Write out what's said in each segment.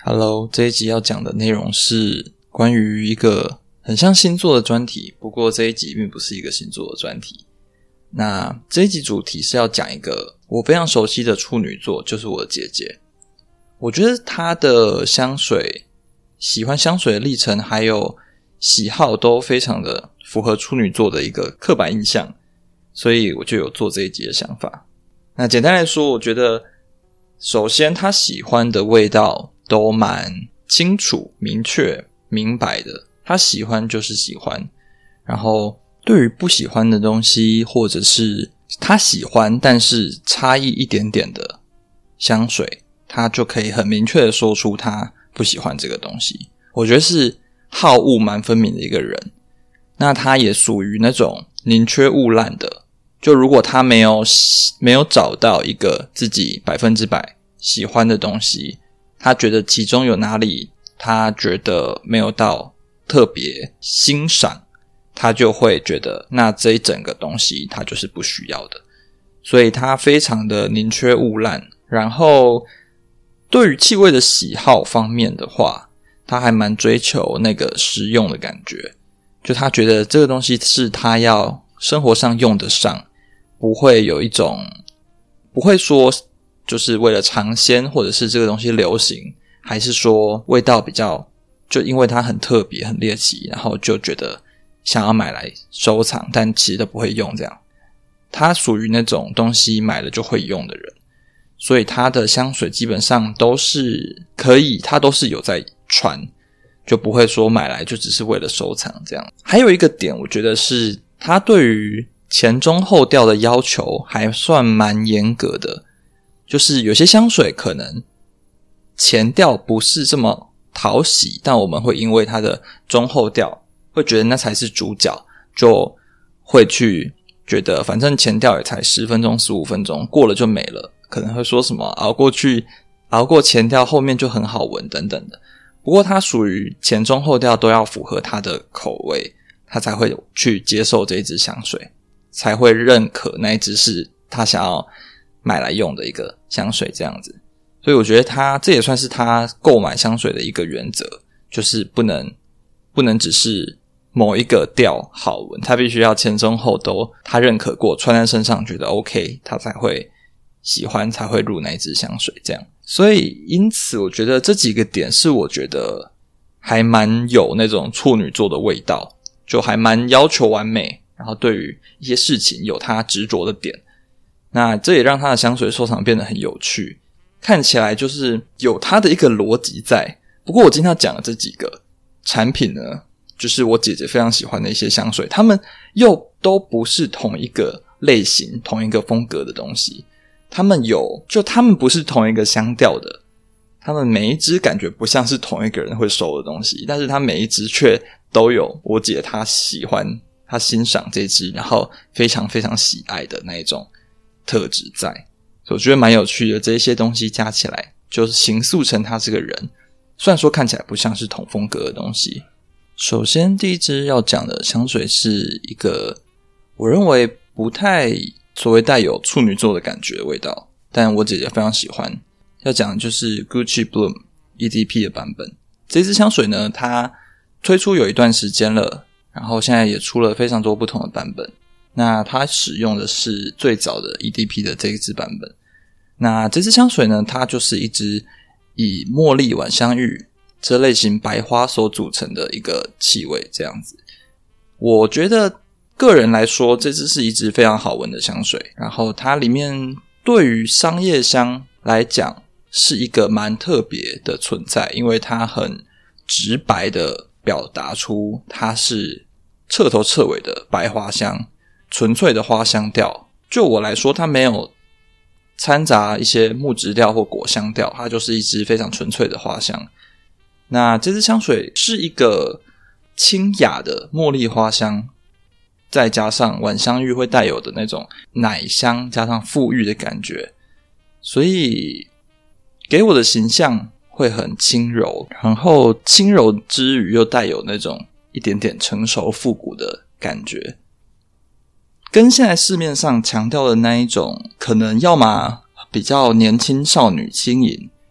Hello， 这一集要讲的内容是关于一个很像星座的专题，不过这一集并不是一个星座的专题。那这一集主题是要讲一个我非常熟悉的处女座，就是我的姐姐。我觉得她的香水，喜欢香水的历程还有喜好都非常的符合处女座的一个刻板印象，所以我就有做这一集的想法。那简单来说，我觉得首先她喜欢的味道都蛮清楚、明确、明白的，他喜欢就是喜欢，然后对于不喜欢的东西，或者是他喜欢但是差异一点点的香水，他就可以很明确的说出他不喜欢这个东西。我觉得是好恶蛮分明的一个人。那他也属于那种宁缺毋滥的，就如果他没有找到一个自己100%喜欢的东西，他觉得其中有哪里他觉得没有到特别欣赏，他就会觉得那这一整个东西他就是不需要的。所以他非常的宁缺毋滥。然后对于气味的喜好方面的话，他还蛮追求那个实用的感觉，就他觉得这个东西是他要生活上用得上，不会有一种不会说就是为了尝鲜，或者是这个东西流行，还是说味道比较就因为它很特别很猎奇，然后就觉得想要买来收藏，但其实都不会用这样。他属于那种东西买了就会用的人，所以他的香水基本上都是可以，他都是有在穿，就不会说买来就只是为了收藏这样。还有一个点我觉得是他对于前中后调的要求还算蛮严格的，就是有些香水可能前调不是这么讨喜，但我们会因为它的中后调会觉得那才是主角，就会去觉得反正前调也才10分钟15分钟，过了就没了，可能会说什么熬过前调后面就很好闻等等的。不过它属于前中后调都要符合它的口味，他才会去接受这一支香水，才会认可那一支是他想要买来用的一个香水这样子。所以我觉得这也算是他购买香水的一个原则，就是不能只是某一个调好闻，他必须要前中后都他认可过，穿在身上觉得 OK， 他才会喜欢，才会入那一支香水这样。所以因此我觉得这几个点是我觉得还蛮有那种处女座的味道，就还蛮要求完美，然后对于一些事情有他执着的点。那这也让他的香水收藏变得很有趣，看起来就是有他的一个逻辑在。不过我今天要讲的这几个产品呢，就是我姐姐非常喜欢的一些香水，他们又都不是同一个类型同一个风格的东西，他们不是同一个香调的，他们每一支感觉不像是同一个人会收的东西，但是他每一支却都有我姐她喜欢她欣赏这支，然后非常非常喜爱的那一种特质在。所以我觉得蛮有趣的，这些东西加起来就是形塑成他这个人，虽然说看起来不像是同风格的东西。首先第一支要讲的香水是一个我认为不太所谓带有处女座的感觉的味道，但我姐姐非常喜欢。要讲的就是 Gucci Bloom EDP 的版本。这支香水呢，它推出有一段时间了，然后现在也出了非常多不同的版本。那它使用的是最早的 EDP 的这一支版本。那这支香水呢，它就是一支以茉莉、晚香玉这类型白花所组成的一个气味这样子。我觉得个人来说，这支是一支非常好闻的香水，然后它里面对于商业香来讲是一个蛮特别的存在，因为它很直白的表达出它是彻头彻尾的白花香，纯粹的花香调。就我来说，它没有掺杂一些木质调或果香调，它就是一支非常纯粹的花香。那这支香水是一个清雅的茉莉花香，再加上晚香玉会带有的那种奶香，加上馥郁的感觉，所以给我的形象会很轻柔，然后轻柔之余又带有那种一点点成熟复古的感觉，跟现在市面上强调的那一种可能要么比较年轻少女轻盈，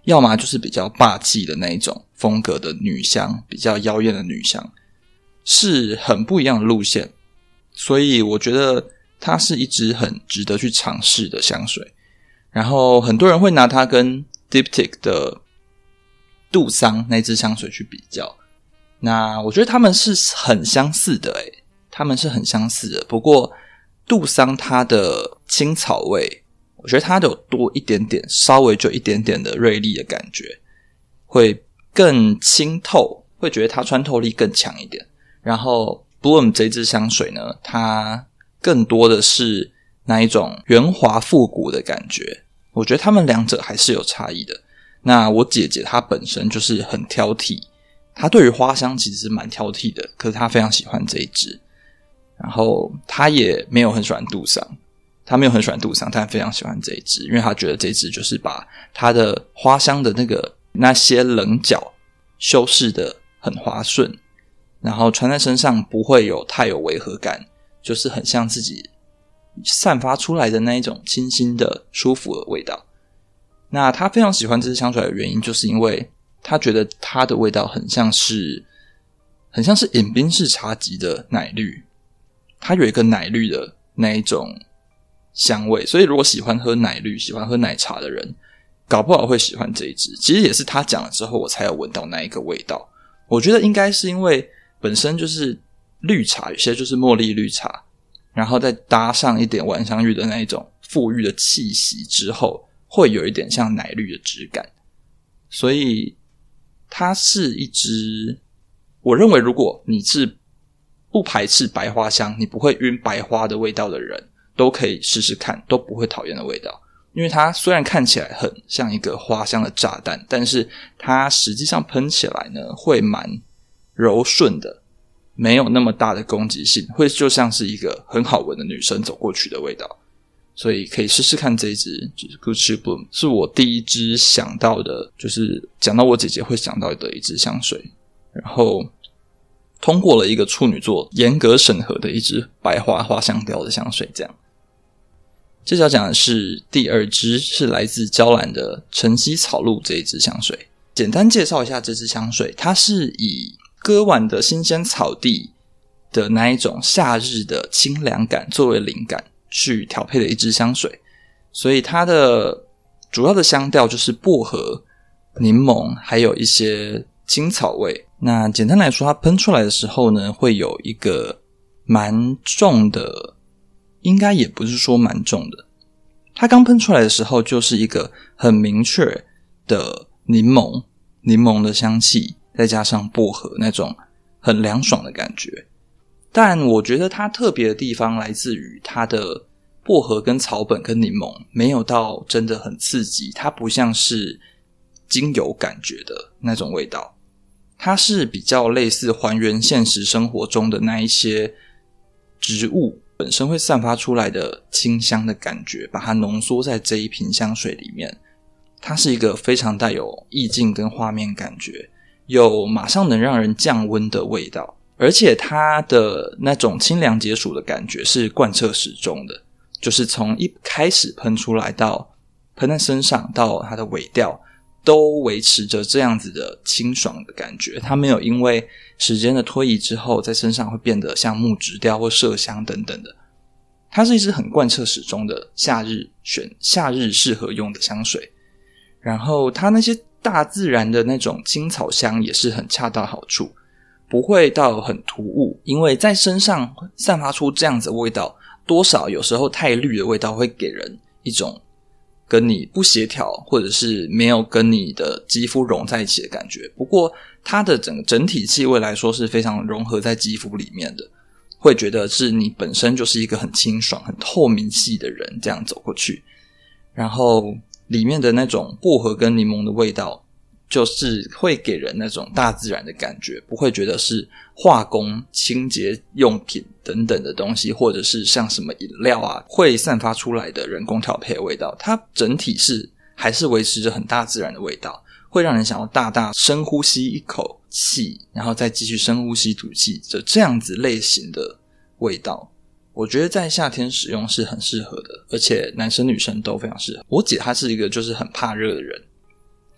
要么就是比较霸气的那一种风格的女香，比较妖艳的女香，是很不一样的路线。所以我觉得它是一支很值得去尝试的香水。然后很多人会拿它跟 Diptyque 的杜桑那支香水去比较，那我觉得他们是很相似的他们是很相似的。不过杜桑它的青草味，我觉得它有多一点点，稍微就一点点的锐利的感觉，会更清透，会觉得它穿透力更强一点。然后 Bloom 这支香水呢，它更多的是那一种圆滑复古的感觉，我觉得他们两者还是有差异的。那我姐姐她本身就是很挑剔，她对于花香其实是蛮挑剔的，可是她非常喜欢这一支。然后她也没有很喜欢杜桑，但非常喜欢这一支，因为她觉得这一支就是把她的花香的那些棱角修饰的很滑顺，然后穿在身上不会太有违和感，就是很像自己散发出来的那一种清新的舒服的味道。那他非常喜欢这支香水的原因，就是因为他觉得它的味道很像是饮宾式茶集的奶绿，它有一个奶绿的那一种香味，所以如果喜欢喝奶绿、喜欢喝奶茶的人，搞不好会喜欢这一支。其实也是他讲了之后我才有闻到那一个味道。我觉得应该是因为本身就是绿茶，有些就是茉莉绿茶，然后再搭上一点晚香玉的那一种馥郁的气息之后，会有一点像奶绿的质感。所以它是一支，我认为如果你是不排斥白花香，你不会晕白花的味道的人，都可以试试看，都不会讨厌的味道。因为它虽然看起来很像一个花香的炸弹，但是它实际上喷起来呢会蛮柔顺的，没有那么大的攻击性，会就像是一个很好闻的女生走过去的味道。所以可以试试看这一支，就是 Gucci Bloom， 是我第一支想到的，就是讲到我姐姐会想到的一支香水，然后通过了一个处女座严格审核的一支白花香调的香水。这样接着要讲的是第二支，是来自娇兰的晨曦草露这一支香水。简单介绍一下这支香水，它是以割完的新鲜草地的那一种夏日的清凉感作为灵感去调配的一支香水，所以它的主要的香调就是薄荷、柠檬还有一些青草味。那简单来说，它喷出来的时候呢，会有一个蛮重的，应该也不是说蛮重的，它刚喷出来的时候就是一个很明确的柠檬的香气，再加上薄荷那种很凉爽的感觉。但我觉得它特别的地方来自于它的薄荷跟草本跟柠檬没有到真的很刺激，它不像是精油感觉的那种味道，它是比较类似还原现实生活中的那一些植物本身会散发出来的清香的感觉，把它浓缩在这一瓶香水里面。它是一个非常带有意境跟画面感觉，有马上能让人降温的味道，而且它的那种清凉解暑的感觉是贯彻始终的，就是从一开始喷出来到喷在身上到它的尾调都维持着这样子的清爽的感觉，它没有因为时间的推移之后在身上会变得像木质调或麝香等等的。它是一支很贯彻始终的夏日适合用的香水，然后它那些大自然的那种青草香也是很恰到好处，不会到很突兀，因为在身上散发出这样子的味道，多少有时候太绿的味道会给人一种跟你不协调，或者是没有跟你的肌肤融在一起的感觉。不过它的整体气味来说是非常融合在肌肤里面的，会觉得是你本身就是一个很清爽很透明系的人这样走过去。然后里面的那种薄荷跟柠檬的味道就是会给人那种大自然的感觉，不会觉得是化工清洁用品等等的东西，或者是像什么饮料啊会散发出来的人工调配的味道。它整体还是维持着很大自然的味道，会让人想要大大深呼吸一口气，然后再继续深呼吸吐气，这样子类型的味道，我觉得在夏天使用是很适合的，而且男生女生都非常适合。我姐她是一个就是很怕热的人，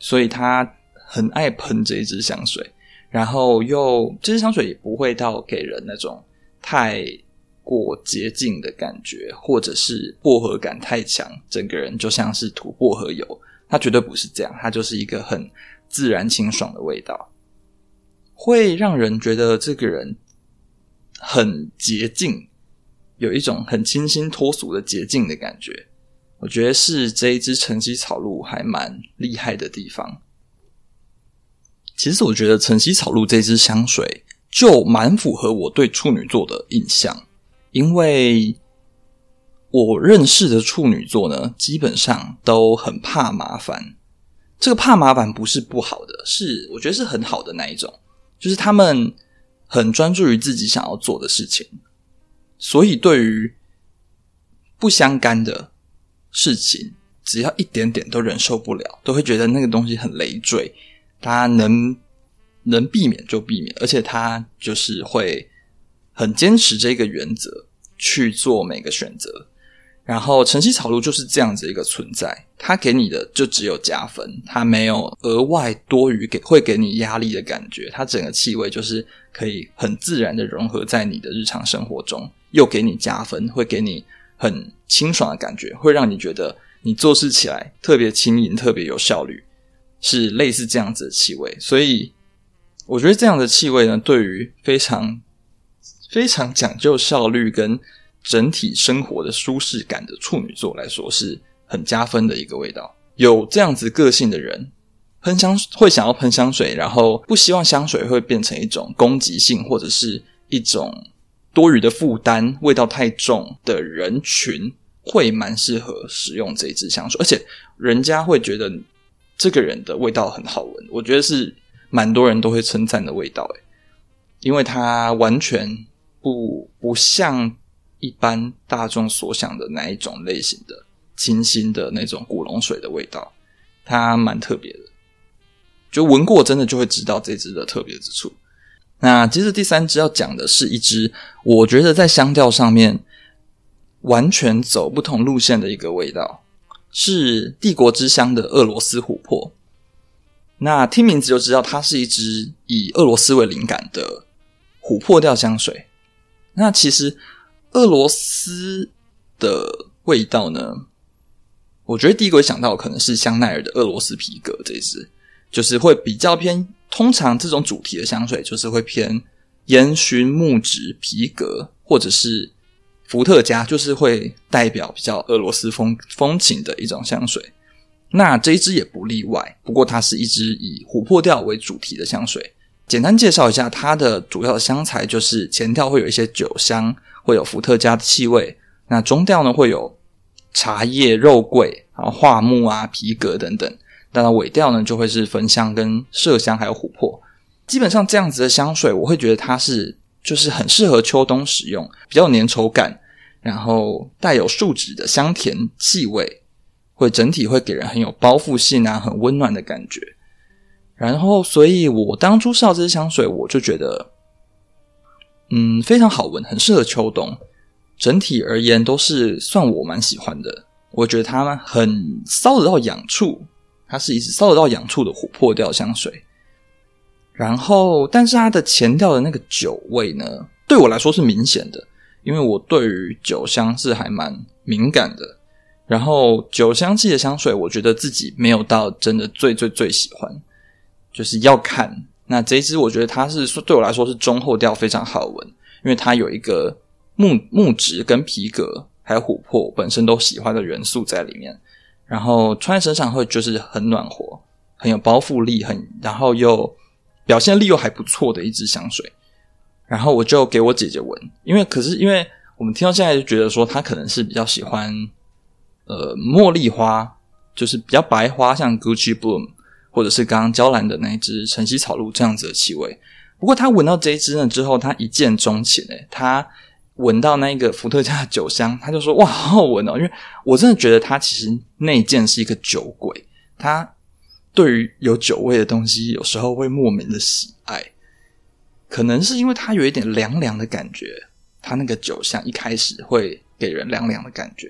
所以他很爱喷这一支香水，然后这支香水也不会到给人那种太过洁净的感觉，或者是薄荷感太强，整个人就像是涂薄荷油，它绝对不是这样，它就是一个很自然清爽的味道，会让人觉得这个人很洁净，有一种很清新脱俗的洁净的感觉，我觉得是这一支晨曦草露还蛮厉害的地方。其实我觉得晨曦草露这支香水就蛮符合我对处女座的印象，因为我认识的处女座呢，基本上都很怕麻烦。这个怕麻烦不是不好的，我觉得是很好的那一种，就是他们很专注于自己想要做的事情，所以对于不相干的事情，只要一点点都忍受不了，都会觉得那个东西很累赘，他能避免就避免，而且他就是会很坚持这个原则去做每个选择。然后晨曦草露就是这样子一个存在，它给你的就只有加分，它没有额外多余会给你压力的感觉，它整个气味就是可以很自然的融合在你的日常生活中，又给你加分，会给你很清爽的感觉，会让你觉得你做事起来特别轻盈，特别有效率，是类似这样子的气味。所以我觉得这样的气味呢，对于非常非常讲究效率跟整体生活的舒适感的处女座来说是很加分的一个味道。有这样子个性的人会想要喷香水，然后不希望香水会变成一种攻击性或者是一种多余的负担，味道太重的人群会蛮适合使用这一支香水，而且人家会觉得这个人的味道很好闻，我觉得是蛮多人都会称赞的味道因为它完全不像一般大众所想的那一种类型的清新的那种古龙水的味道，它蛮特别的，就闻过真的就会知道这支的特别之处。那接着第三支要讲的是一支我觉得在香调上面完全走不同路线的一个味道，是帝国之乡的俄罗斯琥珀。那听名字就知道它是一支以俄罗斯为灵感的琥珀调香水。那其实俄罗斯的味道呢，我觉得第一个会想到可能是香奈儿的俄罗斯皮革，这一支就是会比较偏，通常这种主题的香水就是会偏烟熏木质皮革，或者是伏特加，就是会代表比较俄罗斯风情的一种香水。那这一支也不例外，不过它是一支以琥珀调为主题的香水。简单介绍一下它的主要的香材，就是前调会有一些酒香，会有伏特加的气味，那中调呢会有茶叶、肉桂，然后桦木啊、皮革等等，当然尾调呢就会是焚香跟麝香还有琥珀。基本上这样子的香水我会觉得它就是很适合秋冬使用，比较有粘稠感，然后带有树脂的香甜气味，整体会给人很有包覆性啊，很温暖的感觉。然后所以我当初试到这支香水，我就觉得非常好闻，很适合秋冬，整体而言都是算我蛮喜欢的。我觉得它很搔得到痒处，它是一支搔得到痒处的琥珀调香水。然后但是它的前调的那个酒味呢，对我来说是明显的，因为我对于酒香是还蛮敏感的。然后酒香气的香水我觉得自己没有到真的最喜欢，就是要看。那这一支我觉得它是对我来说是中后调非常好闻，因为它有一个木质跟皮革还有琥珀本身都喜欢的元素在里面，然后穿在身上会就是很暖和，很有包覆力，然后又表现力又还不错的一支香水。然后我就给我姐姐闻，因为我们听到现在就觉得说她可能是比较喜欢茉莉花，就是比较白花，像 Gucci Bloom 或者是刚刚娇兰的那一支晨曦草露这样子的气味。不过她闻到这一支呢之后，她一见钟情她闻到那个伏特加的酒香，她就说哇好好闻因为我真的觉得她其实内建是一个酒鬼，她对于有酒味的东西有时候会莫名的喜爱，可能是因为它有一点凉凉的感觉，它那个酒香一开始会给人凉凉的感觉，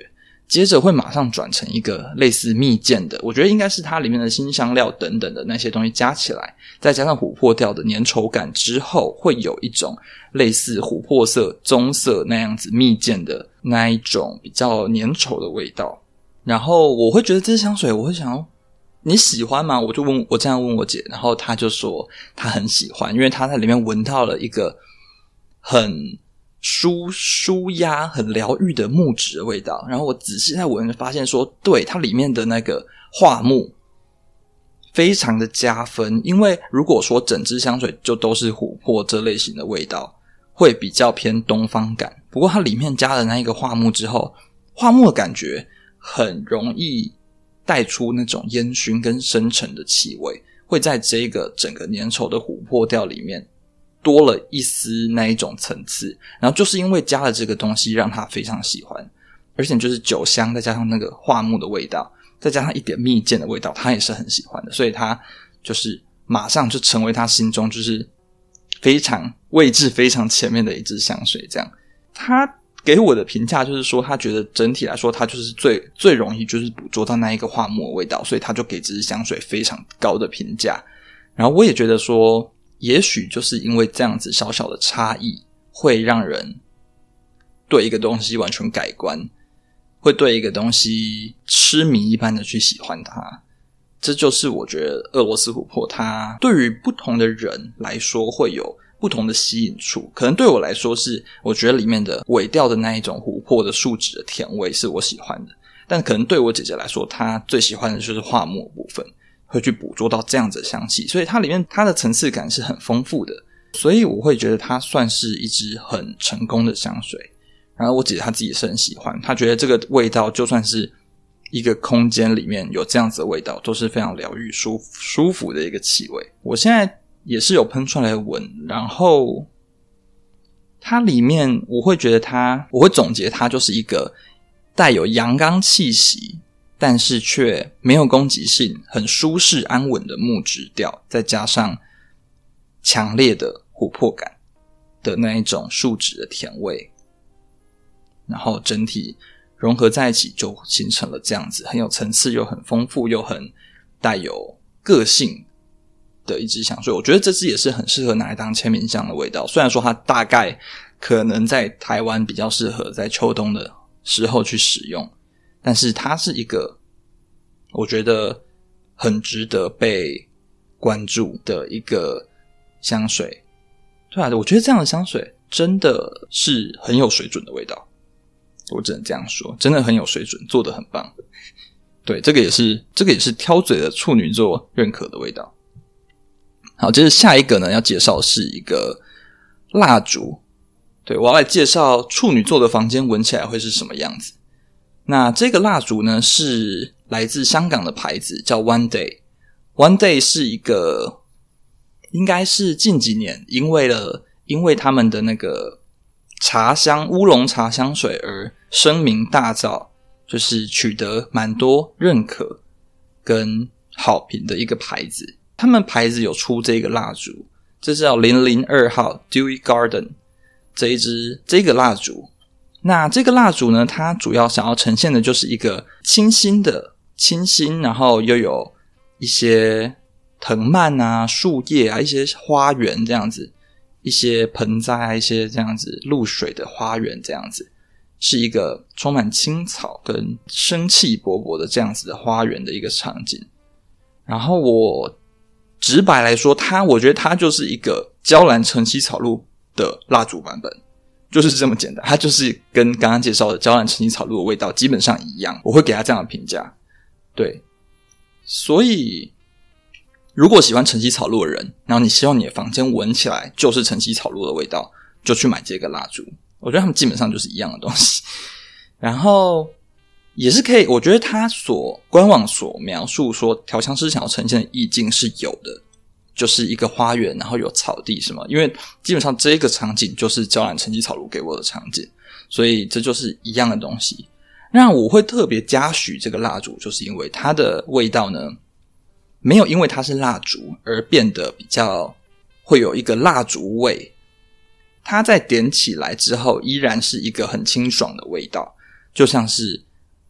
接着会马上转成一个类似蜜饯的，我觉得应该是它里面的辛香料等等的那些东西加起来，再加上琥珀调的粘稠感之后，会有一种类似琥珀色、棕色那样子蜜饯的那一种比较粘稠的味道。然后我会觉得这支香水，我会想要你喜欢吗？我这样问我姐，然后她就说她很喜欢，因为她在里面闻到了一个很舒压很疗愈的木质的味道。然后我仔细在闻发现说，对，它里面的那个桦木非常的加分，因为如果说整支香水就都是琥珀这类型的味道，会比较偏东方感。不过它里面加了那一个桦木之后，桦木的感觉很容易带出那种烟熏跟深沉的气味，会在这个整个粘稠的琥珀调里面多了一丝那一种层次。然后就是因为加了这个东西让他非常喜欢，而且就是酒香再加上那个桦木的味道，再加上一点蜜饯的味道，他也是很喜欢的，所以他就是马上就成为他心中就是非常位置非常前面的一支香水。这样他给我的评价就是说，他觉得整体来说他就是最容易就是捕捉到那一个桦木的味道，所以他就给这支香水非常高的评价。然后我也觉得说，也许就是因为这样子小小的差异，会让人对一个东西完全改观，会对一个东西痴迷一般的去喜欢它。这就是我觉得俄罗斯琥珀它对于不同的人来说会有不同的吸引处。可能对我来说是我觉得里面的尾调的那一种琥珀的树脂的甜味是我喜欢的，但可能对我姐姐来说，她最喜欢的就是桦木的部分，会去捕捉到这样子的香气，所以它里面它的层次感是很丰富的，所以我会觉得它算是一支很成功的香水。然后我姐姐她自己是很喜欢，她觉得这个味道就算是一个空间里面有这样子的味道，都是非常疗愈舒服的一个气味。我现在也是有喷出来闻，然后它里面我会觉得我会总结它就是一个带有阳刚气息但是却没有攻击性，很舒适安稳的木质调，再加上强烈的琥珀感的那一种树脂的甜味，然后整体融合在一起，就形成了这样子很有层次又很丰富又很带有个性的一支香水。我觉得这支也是很适合拿来当签名香的味道，虽然说它大概可能在台湾比较适合在秋冬的时候去使用，但是它是一个我觉得很值得被关注的一个香水。对啊，我觉得这样的香水真的是很有水准的味道，我只能这样说，真的很有水准，做得很棒。对，这个也是挑嘴的处女座认可的味道。好，接着下一个呢，要介绍是一个蜡烛。对，我要来介绍处女座的房间闻起来会是什么样子。那这个蜡烛呢，是来自香港的牌子，叫 One Day。One Day 是一个应该是近几年因为他们的那个茶香乌龙茶香水而声名大噪，就是取得蛮多认可跟好评的一个牌子。他们牌子有出这个蜡烛，这是叫002号 Dewy Garden 这个蜡烛。那这个蜡烛呢，它主要想要呈现的就是一个清新，然后又有一些藤蔓啊树叶啊一些花园这样子，一些盆栽啊一些这样子露水的花园这样子，是一个充满青草跟生气勃勃的这样子的花园的一个场景。然后我直白来说，我觉得它就是一个娇兰晨曦草露的蜡烛版本，就是这么简单，它就是跟刚刚介绍的娇兰晨曦草露的味道基本上一样，我会给它这样的评价。对，所以如果喜欢晨曦草露的人，然后你希望你的房间闻起来就是晨曦草露的味道，就去买这个蜡烛。我觉得他们基本上就是一样的东西。然后也是可以，我觉得他官网所描述说调香师想要呈现的意境是有的，就是一个花园然后有草地什么，因为基本上这个场景就是娇兰晨曦草露给我的场景，所以这就是一样的东西。那我会特别嘉许这个蜡烛，就是因为它的味道呢没有因为它是蜡烛而变得比较会有一个蜡烛味，它在点起来之后依然是一个很清爽的味道，就像是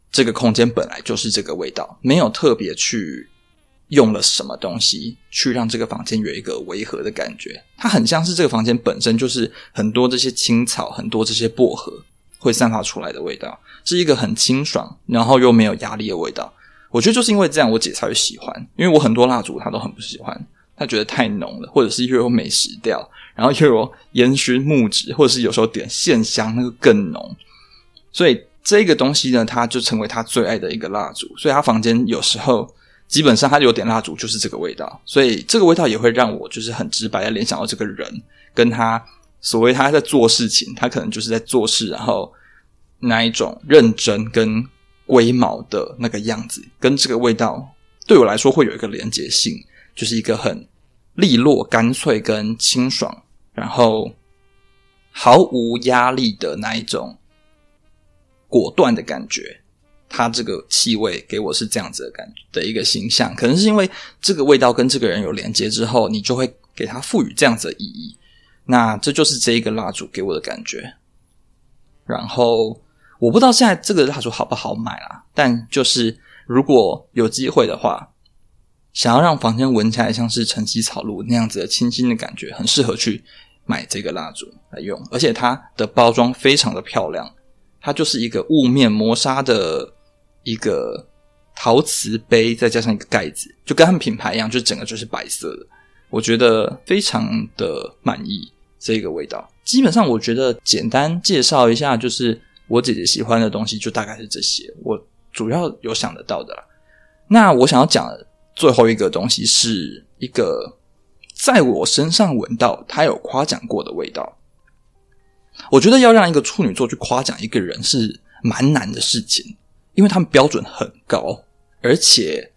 这个空间本来就是这个味道，没有特别去用了什么东西去让这个房间有一个违和的感觉，它很像是这个房间本身就是很多这些青草，很多这些薄荷会散发出来的味道，是一个很清爽然后又没有压力的味道。我觉得就是因为这样我姐才会喜欢，因为我很多蜡烛她都很不喜欢，她觉得太浓了，或者是又有美食调，然后又有烟熏木质，或者是有时候点线香那个更浓，所以这个东西呢它就成为她最爱的一个蜡烛，所以她房间有时候基本上他有点蜡烛就是这个味道，所以这个味道也会让我就是很直白的联想到这个人跟他所谓他在做事情，他可能就是在做事，然后那一种认真跟龟毛的那个样子，跟这个味道对我来说会有一个连结性，就是一个很利落干脆跟清爽，然后毫无压力的那一种果断的感觉。它这个气味给我是这样子的感觉的一个形象，可能是因为这个味道跟这个人有连接之后，你就会给它赋予这样子的意义。那这就是这一个蜡烛给我的感觉。然后我不知道现在这个蜡烛好不好买啦，但就是如果有机会的话，想要让房间闻起来像是晨曦草露那样子的清新的感觉，很适合去买这个蜡烛来用。而且它的包装非常的漂亮，它就是一个雾面磨砂的一个陶瓷杯，再加上一个盖子，就跟他们品牌一样，就整个就是白色的，我觉得非常的满意这个味道。基本上我觉得简单介绍一下，就是我姐姐喜欢的东西就大概是这些，我主要有想得到的啦。那我想要讲的最后一个东西是一个在我身上闻到他有夸奖过的味道。我觉得要让一个处女座去夸奖一个人是蛮难的事情，因为他们标准很高，而且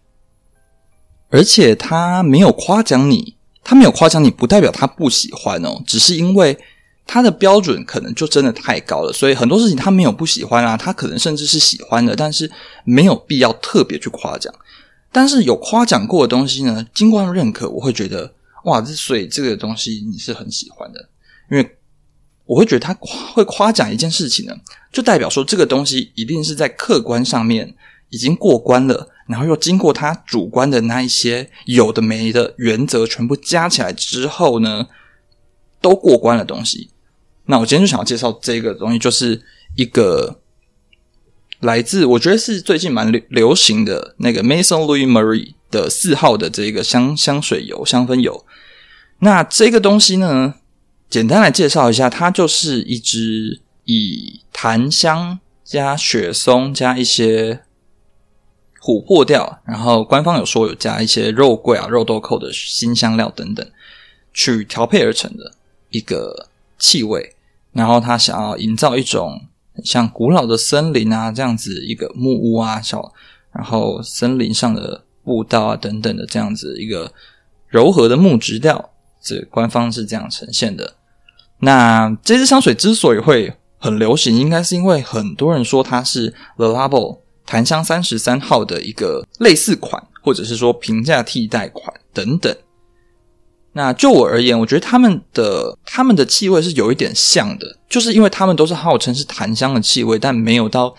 他没有夸奖你，不代表他不喜欢哦，只是因为他的标准可能就真的太高了，所以很多事情他没有不喜欢啊，他可能甚至是喜欢的，但是没有必要特别去夸奖。但是有夸奖过的东西呢，经过认可，我会觉得哇，所以这个东西你是很喜欢的，因为我会觉得他会夸奖一件事情呢，就代表说这个东西一定是在客观上面已经过关了，然后又经过他主观的那一些有的没的原则全部加起来之后呢，都过关的东西。那我今天就想要介绍这个东西，就是一个来自我觉得是最近蛮流行的那个 Maison Louis Marie 的4号的这个香水油香氛油。那这个东西呢，简单来介绍一下，它就是一支以檀香加雪松加一些琥珀调，然后官方有说有加一些肉桂啊、肉豆蔻的辛香料等等去调配而成的一个气味。然后它想要营造一种像古老的森林啊这样子一个木屋啊，然后森林上的步道啊等等的这样子一个柔和的木质调，这官方是这样呈现的。那这支香水之所以会很流行，应该是因为很多人说它是 Le Labo 檀香33号的一个类似款，或者是说平价替代款等等。那就我而言，我觉得他们的气味是有一点像的，就是因为他们都是号称是檀香的气味，但没有到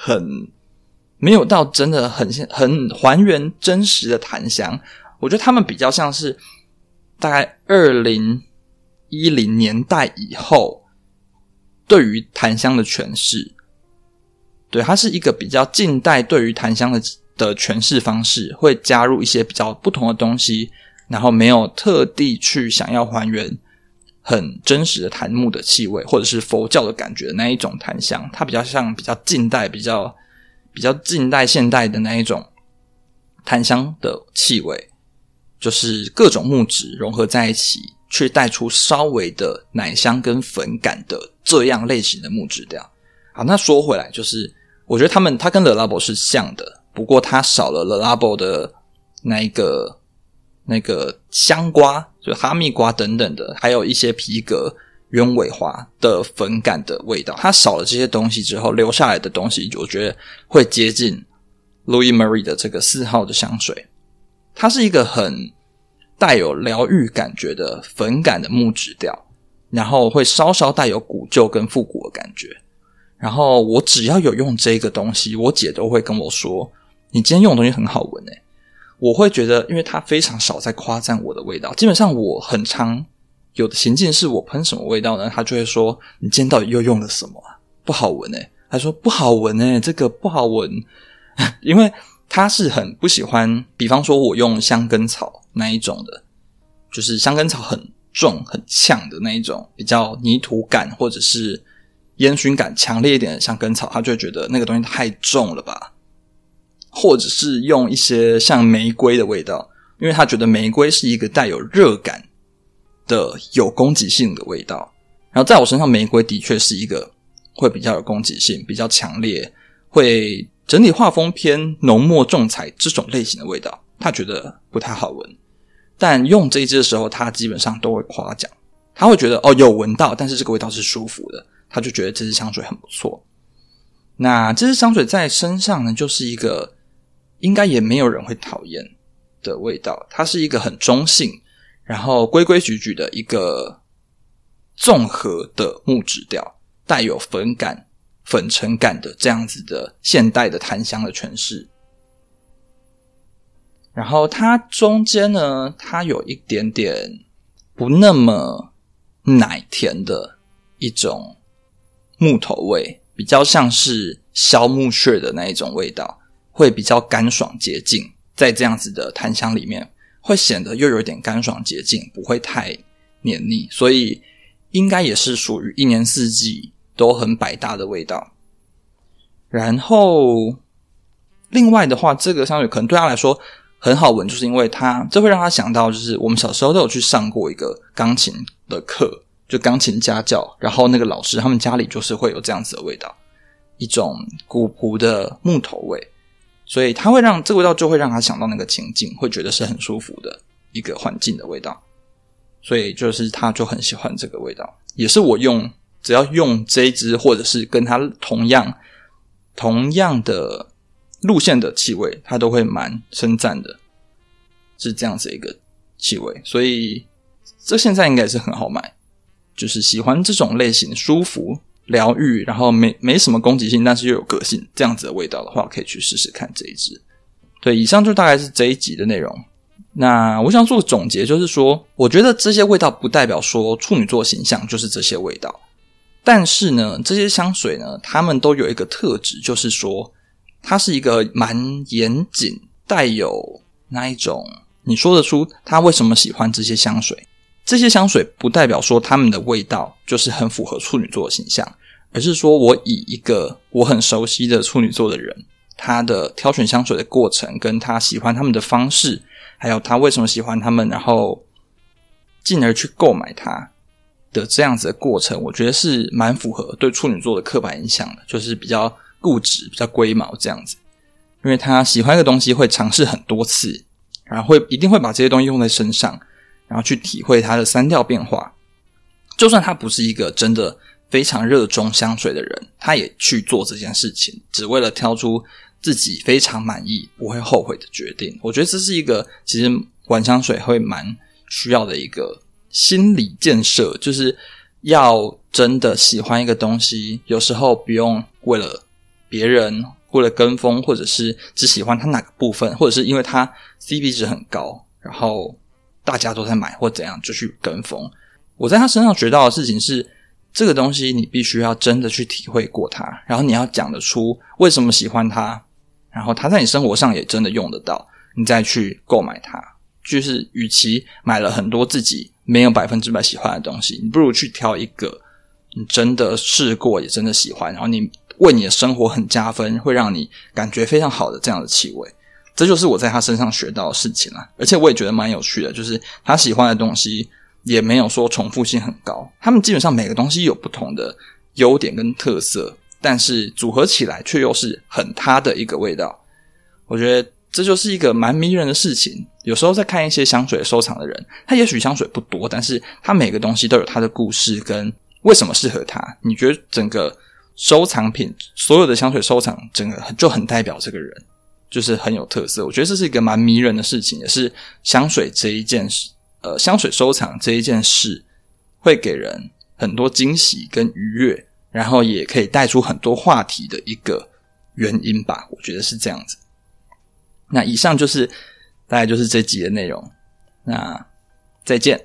真的很还原真实的檀香。我觉得他们比较像是大概2010年代以后对于檀香的诠释。对，它是一个比较近代对于檀香的诠释方式，会加入一些比较不同的东西，然后没有特地去想要还原很真实的檀木的气味，或者是佛教的感觉的那一种檀香。它比较像比较近代比较近代现代的那一种檀香的气味，就是各种木质融合在一起，去带出稍微的奶香跟粉感的这样类型的木质调。好，那说回来，就是我觉得它跟 Le Labo 是像的，不过它少了 Le Labo 的那个香瓜，就哈密瓜等等的，还有一些皮革、鸢尾花的粉感的味道。它少了这些东西之后，留下来的东西我觉得会接近 Louis Marie 的这个4号的香水。它是一个很带有疗愈感觉的粉感的木质调，然后会稍稍带有古旧跟复古的感觉。 然后我只要有用这个东西，我姐都会跟我说你今天用的东西很好闻耶。我会觉得因为她非常少在夸赞我的味道，基本上我很常有的情境是我喷什么味道呢，她就会说你今天到底又用了什么啊，不好闻耶。她说不好闻耶，这个不好闻因为她是很不喜欢比方说我用香根草那一种的，就是香根草很重很呛的那一种比较泥土感或者是烟熏感强烈一点的香根草，她就会觉得那个东西太重了吧，或者是用一些像玫瑰的味道，因为她觉得玫瑰是一个带有热感的有攻击性的味道，然后在我身上玫瑰的确是一个会比较有攻击性比较强烈，会整体画风偏浓墨重彩这种类型的味道，她觉得不太好闻。但用这一支的时候她基本上都会夸奖，她会觉得有闻到，但是这个味道是舒服的，她就觉得这支香水很不错。那这支香水在身上呢，就是一个应该也没有人会讨厌的味道，它是一个很中性然后规规矩矩的一个综合的木质调，带有粉感粉尘感的这样子的现代的檀香的诠释。然后它中间呢，它有一点点不那么奶甜的一种木头味，比较像是削木屑的那一种味道，会比较干爽洁净，在这样子的檀香里面会显得又有点干爽洁净，不会太黏腻，所以应该也是属于一年四季都很百搭的味道。然后另外的话，这个香水可能对他来说很好闻，就是因为这会让他想到就是我们小时候都有去上过一个钢琴的课，就钢琴家教，然后那个老师他们家里就是会有这样子的味道，一种古朴的木头味，所以它会让这个味道就会让他想到那个情境，会觉得是很舒服的一个环境的味道，所以就是他就很喜欢这个味道，也是我只要用这一支或者是跟他同样的路线的气味，他都会蛮称赞的，是这样子一个气味，所以这现在应该也是很好买，就是喜欢这种类型舒服疗愈然后没什么攻击性但是又有个性这样子的味道的话，可以去试试看这一支。对，以上就大概是这一集的内容。那我想做个总结，就是说我觉得这些味道不代表说处女座形象就是这些味道，但是呢这些香水呢它们都有一个特质，就是说它是一个蛮严谨，带有那一种你说得出他为什么喜欢这些香水。这些香水不代表说他们的味道就是很符合处女座的形象，而是说我以一个我很熟悉的处女座的人，他的挑选香水的过程跟他喜欢他们的方式，还有他为什么喜欢他们，然后进而去购买它的这样子的过程，我觉得是蛮符合对处女座的刻板印象的，就是比较固执比较龟毛这样子。因为他喜欢一个东西会尝试很多次，然后一定会把这些东西用在身上，然后去体会它的三调变化。就算他不是一个真的非常热衷香水的人，他也去做这件事情，只为了挑出自己非常满意不会后悔的决定。我觉得这是一个其实玩香水会蛮需要的一个心理建设，就是要真的喜欢一个东西，有时候不用为了别人为了跟风，或者是只喜欢它哪个部分，或者是因为它 CP 值很高然后大家都在买或怎样就去跟风。我在他身上学到的事情是，这个东西你必须要真的去体会过它，然后你要讲得出为什么喜欢它，然后它在你生活上也真的用得到，你再去购买它。就是与其买了很多自己没有100%喜欢的东西，你不如去挑一个你真的试过也真的喜欢，然后你为你的生活很加分，会让你感觉非常好的这样的气味。这就是我在他身上学到的事情啦。而且我也觉得蛮有趣的，就是他喜欢的东西也没有说重复性很高，他们基本上每个东西有不同的优点跟特色，但是组合起来却又是很他的一个味道。我觉得这就是一个蛮迷人的事情。有时候在看一些香水收藏的人，他也许香水不多，但是他每个东西都有他的故事跟为什么适合他。你觉得整个收藏品所有的香水收藏整个就很代表这个人，就是很有特色。我觉得这是一个蛮迷人的事情，也是香水这一件事香水收藏这一件事会给人很多惊喜跟愉悦， 然后也可以带出很多话题的一个原因吧，我觉得是这样子。那以上就是大概就是这集的内容，那再见。